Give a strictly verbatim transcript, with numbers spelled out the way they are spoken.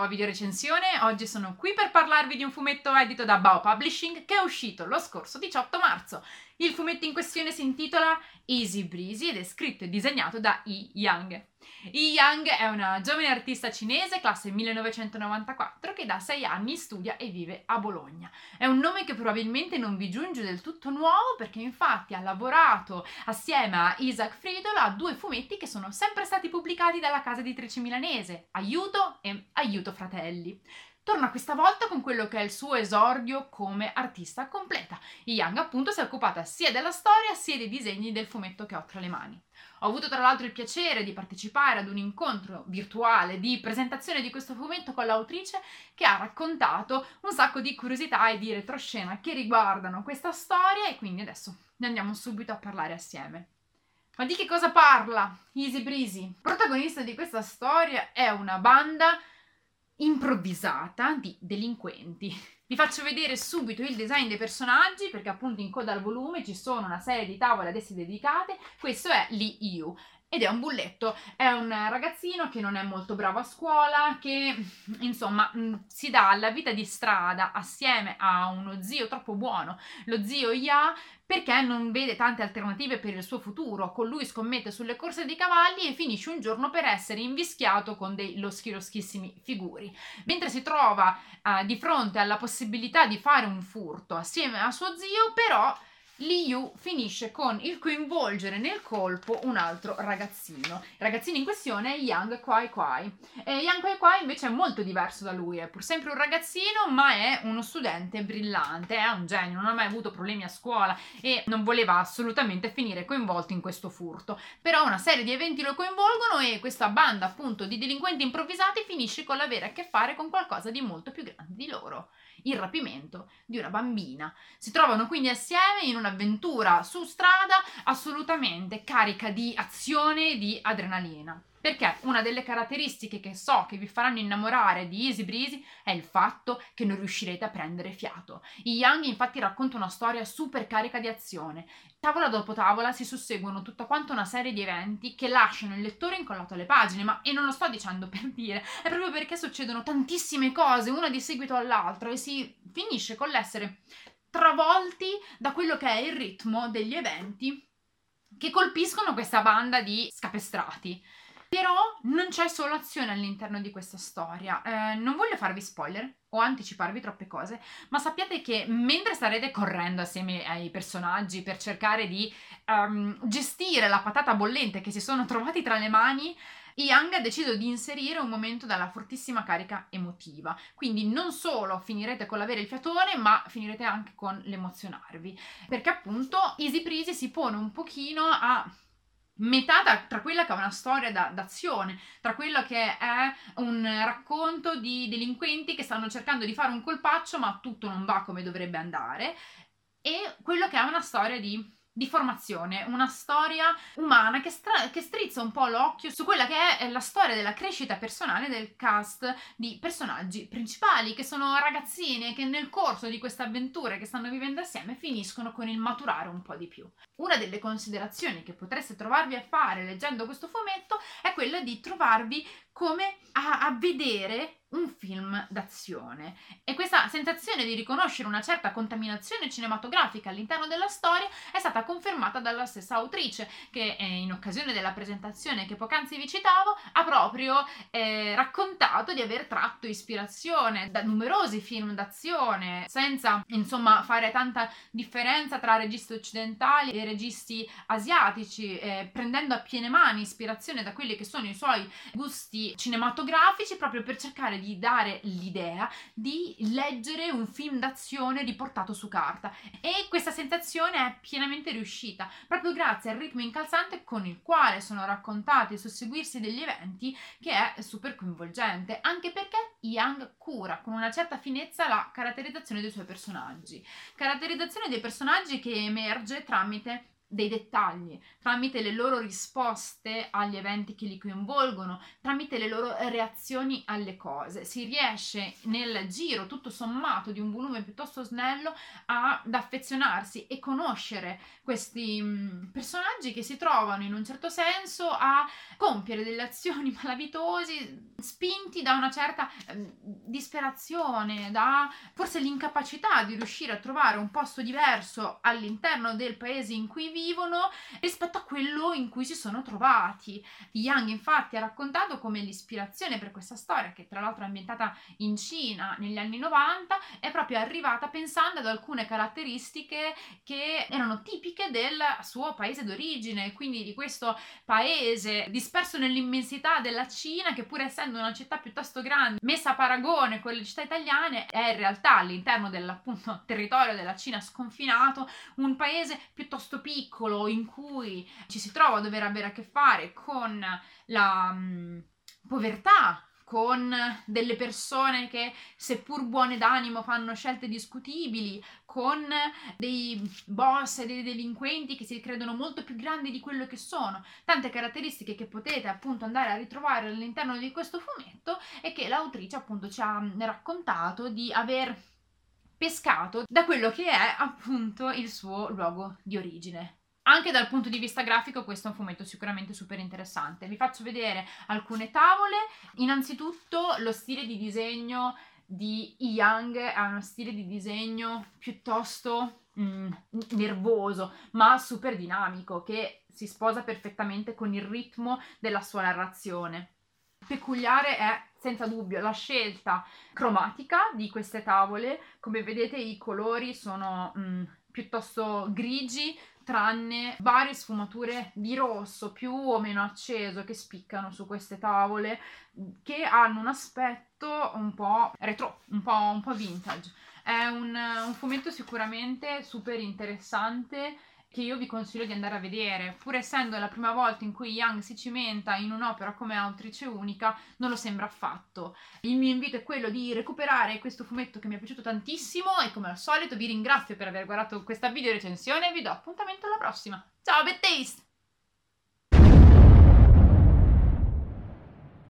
nuova video recensione. Oggi sono qui per parlarvi di un fumetto edito da Bao Publishing che è uscito lo scorso diciotto marzo. Il fumetto in questione si intitola Easy Breezy ed è scritto e disegnato da Yi Yang. Yi Yang è una giovane artista cinese, classe millenovecentonovantaquattro, che da sei anni studia e vive a Bologna. È un nome che probabilmente non vi giunge del tutto nuovo, perché infatti ha lavorato assieme a Isaac Friedel a due fumetti che sono sempre stati pubblicati dalla casa editrice milanese, Aiuto e Aiuto Fratelli. Torna questa volta con quello che è il suo esordio come artista completa. Yi Yang appunto si è occupata sia della storia sia dei disegni del fumetto che ho tra le mani. Ho avuto tra l'altro il piacere di partecipare ad un incontro virtuale di presentazione di questo fumetto con l'autrice, che ha raccontato un sacco di curiosità e di retroscena che riguardano questa storia, e quindi adesso ne andiamo subito a parlare assieme. Ma di che cosa parla Easy Breezy? Il protagonista di questa storia è una banda improvvisata di delinquenti. Vi faccio vedere subito il design dei personaggi, perché appunto in coda al volume ci sono una serie di tavole ad essi dedicate. Questo è Li Yu ed è un bulletto, è un ragazzino che non è molto bravo a scuola, che insomma si dà alla vita di strada assieme a uno zio troppo buono, lo zio Ya, perché non vede tante alternative per il suo futuro. Con lui scommette sulle corse dei cavalli e finisce un giorno per essere invischiato con dei loschi loschissimi figuri. Mentre si trova uh, di fronte alla possibilità di fare un furto assieme a suo zio, però Li Yu finisce con il coinvolgere nel colpo un altro ragazzino. Il ragazzino in questione è Yang Kwai Kwai. E Yang Kwai Kwai invece è molto diverso da lui, è pur sempre un ragazzino, ma è uno studente brillante, è un genio, non ha mai avuto problemi a scuola e non voleva assolutamente finire coinvolto in questo furto. Però una serie di eventi lo coinvolgono e questa banda appunto di delinquenti improvvisati finisce con l'avere a che fare con qualcosa di molto più grande di loro: il rapimento di una bambina. Si trovano quindi assieme in un'avventura su strada assolutamente carica di azione e di adrenalina. Perché una delle caratteristiche che so che vi faranno innamorare di Easy Breezy è il fatto che non riuscirete a prendere fiato. Yi Yang infatti racconta una storia super carica di azione. Tavola dopo tavola si susseguono tutta quanta una serie di eventi che lasciano il lettore incollato alle pagine, ma e non lo sto dicendo per dire, è proprio perché succedono tantissime cose, una di seguito all'altra, e si finisce con l'essere travolti da quello che è il ritmo degli eventi che colpiscono questa banda di scapestrati. Però non c'è solo azione all'interno di questa storia. Eh, non voglio farvi spoiler o anticiparvi troppe cose, ma sappiate che mentre starete correndo assieme ai personaggi per cercare di um, gestire la patata bollente che si sono trovati tra le mani, Yang ha deciso di inserire un momento dalla fortissima carica emotiva. Quindi non solo finirete con l'avere il fiatone, ma finirete anche con l'emozionarvi. Perché appunto Easy Breezy si pone un pochino a metà da, tra quella che è una storia da, d'azione, tra quello che è un racconto di delinquenti che stanno cercando di fare un colpaccio ma tutto non va come dovrebbe andare, e quello che è una storia di di formazione, una storia umana che, stra- che strizza un po' l'occhio su quella che è la storia della crescita personale del cast di personaggi principali, che sono ragazzine che nel corso di queste avventure che stanno vivendo assieme finiscono con il maturare un po' di più. Una delle considerazioni che potreste trovarvi a fare leggendo questo fumetto è quella di trovarvi come a, a vedere un film d'azione, e questa sensazione di riconoscere una certa contaminazione cinematografica all'interno della storia è stata confermata dalla stessa autrice, che eh, in occasione della presentazione che poc'anzi vi citavo ha proprio eh, raccontato di aver tratto ispirazione da numerosi film d'azione, senza insomma fare tanta differenza tra registi occidentali e registi asiatici, eh, prendendo a piene mani ispirazione da quelli che sono i suoi gusti cinematografici, proprio per cercare di dare l'idea di leggere un film d'azione riportato su carta. E questa sensazione è pienamente riuscita proprio grazie al ritmo incalzante con il quale sono raccontati il susseguirsi degli eventi, che è super coinvolgente, anche perché Yang cura con una certa finezza la caratterizzazione dei suoi personaggi caratterizzazione dei personaggi che emerge tramite dei dettagli, tramite le loro risposte agli eventi che li coinvolgono, tramite le loro reazioni alle cose. Si riesce nel giro tutto sommato di un volume piuttosto snello ad affezionarsi e conoscere questi mh, personaggi che si trovano in un certo senso a compiere delle azioni malavitosi spinti da una certa eh, disperazione, da forse l'incapacità di riuscire a trovare un posto diverso all'interno del paese in cui vivono rispetto a quello in cui si sono trovati. Yang infatti ha raccontato come l'ispirazione per questa storia, che tra l'altro è ambientata in Cina negli anni novanta, è proprio arrivata pensando ad alcune caratteristiche che erano tipiche del suo paese d'origine, quindi di questo paese disperso nell'immensità della Cina, che pur essendo una città piuttosto grande, messa a paragone con le città italiane, è in realtà all'interno dell'appunto territorio della Cina sconfinato un paese piuttosto piccolo in cui ci si trova a dover avere a che fare con la mh, povertà, con delle persone che seppur buone d'animo fanno scelte discutibili, con dei boss e dei delinquenti che si credono molto più grandi di quello che sono, tante caratteristiche che potete appunto andare a ritrovare all'interno di questo fumetto e che l'autrice appunto ci ha raccontato di aver pescato da quello che è appunto il suo luogo di origine. Anche dal punto di vista grafico questo è un fumetto sicuramente super interessante. Vi faccio vedere alcune tavole. Innanzitutto lo stile di disegno di Yang è uno stile di disegno piuttosto mm, nervoso, ma super dinamico, che si sposa perfettamente con il ritmo della sua narrazione. Peculiare è senza dubbio la scelta cromatica di queste tavole. Come vedete i colori sono mm, piuttosto grigi, tranne varie sfumature di rosso più o meno acceso che spiccano su queste tavole, che hanno un aspetto un po' retro, un po', un po' vintage. È un, un fumetto sicuramente super interessante che io vi consiglio di andare a vedere. Pur essendo la prima volta in cui Yang si cimenta in un'opera come autrice unica, non lo sembra affatto. Il mio invito è quello di recuperare questo fumetto che mi è piaciuto tantissimo e come al solito vi ringrazio per aver guardato questa video recensione e vi do appuntamento alla prossima. Ciao, bad taste!